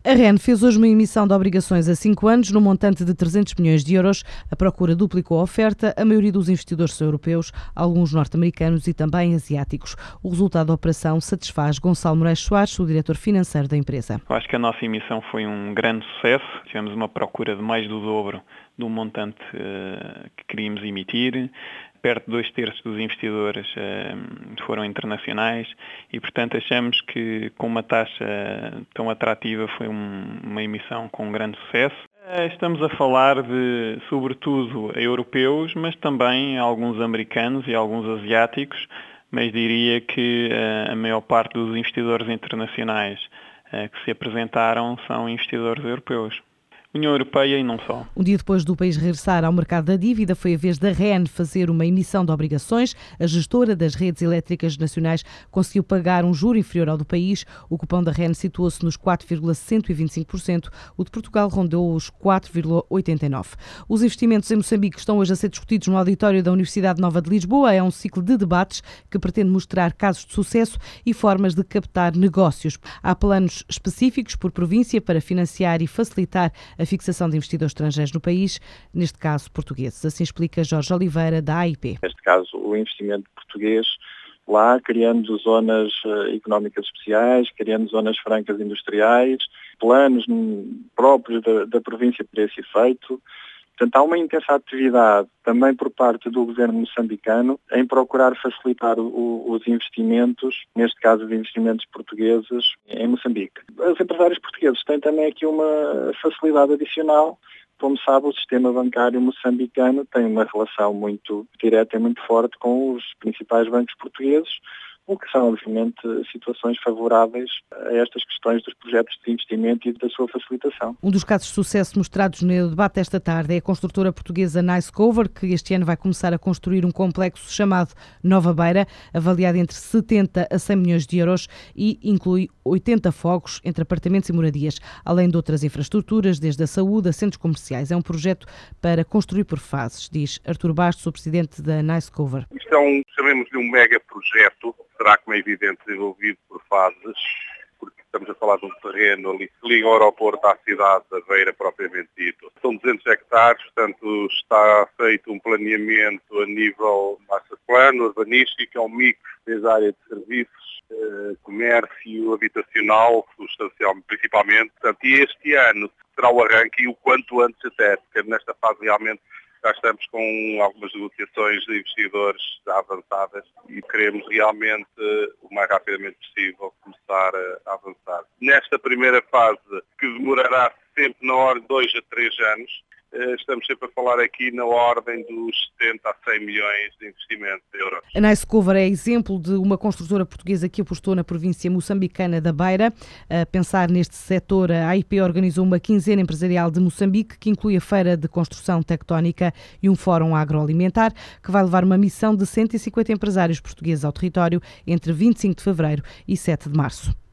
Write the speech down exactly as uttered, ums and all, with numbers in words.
A R E N fez hoje uma emissão de obrigações a cinco anos no montante de trezentos milhões de euros. A procura duplicou a oferta. A maioria dos investidores são europeus, alguns norte-americanos e também asiáticos. O resultado da operação satisfaz Gonçalo Moraes Soares, o diretor financeiro da empresa. Eu acho que a nossa emissão foi um grande sucesso. Tivemos uma procura de mais do dobro do montante uh, que queríamos emitir. Perto de dois terços dos investidores uh, foram internacionais e, portanto, achamos que com uma taxa tão atrativa foi um, uma emissão com um grande sucesso. Uh, estamos a falar de, sobretudo, europeus, mas também alguns americanos e alguns asiáticos, mas diria que uh, a maior parte dos investidores internacionais uh, que se apresentaram são investidores europeus. União Europeia e não só. Um dia depois do país regressar ao mercado da dívida, foi a vez da R E N fazer uma emissão de obrigações. A gestora das redes elétricas nacionais conseguiu pagar um juro inferior ao do país. O cupom da R E N situou-se nos quatro vírgula cento e vinte e cinco por cento. O de Portugal rondou os quatro vírgula oitenta e nove por cento. Os investimentos em Moçambique estão hoje a ser discutidos no auditório da Universidade Nova de Lisboa. É um ciclo de debates que pretende mostrar casos de sucesso e formas de captar negócios. Há planos específicos por província para financiar e facilitar a fixação de investidores estrangeiros no país, neste caso portugueses. Assim explica Jorge Oliveira, da A I P. Neste caso, o investimento português lá, criando zonas uh, económicas especiais, criando zonas francas industriais, planos próprios da, da província para esse efeito. Portanto, há uma intensa atividade também por parte do governo moçambicano em procurar facilitar o, os investimentos, neste caso de investimentos portugueses, em Moçambique. Os empresários portugueses têm também aqui uma facilidade adicional. Como sabe, o sistema bancário moçambicano tem uma relação muito direta e muito forte com os principais bancos portugueses, o que são, obviamente, situações favoráveis a estas questões dos projetos de investimento e da sua facilitação. Um dos casos de sucesso mostrados no debate desta tarde é a construtora portuguesa Nice Cover, que este ano vai começar a construir um complexo chamado Nova Beira, avaliado entre setenta a cem milhões de euros e inclui oitenta fogos entre apartamentos e moradias, além de outras infraestruturas, desde a saúde a centros comerciais. É um projeto para construir por fases, diz Artur Bastos, o presidente da Nice Cover. Isto é um, chamemos-lhe um mega projeto. Será, como é evidente, desenvolvido por fases, porque estamos a falar de um terreno ali que liga o aeroporto à cidade da Beira propriamente dito. São duzentos hectares, portanto está feito um planeamento a nível master plano, urbanístico, é um mix desde a área de serviços, eh, comércio, habitacional, substancialmente, principalmente. Portanto, e este ano será o arranque e o quanto antes até, porque nesta fase realmente já estamos com algumas negociações de investidores já avançadas e queremos realmente, o mais rapidamente possível, começar a avançar. Nesta primeira fase, que demorará sempre na ordem de dois a três anos, estamos sempre a falar aqui na ordem dos setenta a cem milhões de investimento de euros. A Nice Cover é exemplo de uma construtora portuguesa que apostou na província moçambicana da Beira. A pensar neste setor, a A I P organizou uma quinzena empresarial de Moçambique, que inclui a Feira de Construção Tectónica e um fórum agroalimentar, que vai levar uma missão de cento e cinquenta empresários portugueses ao território entre vinte e cinco de fevereiro e sete de março.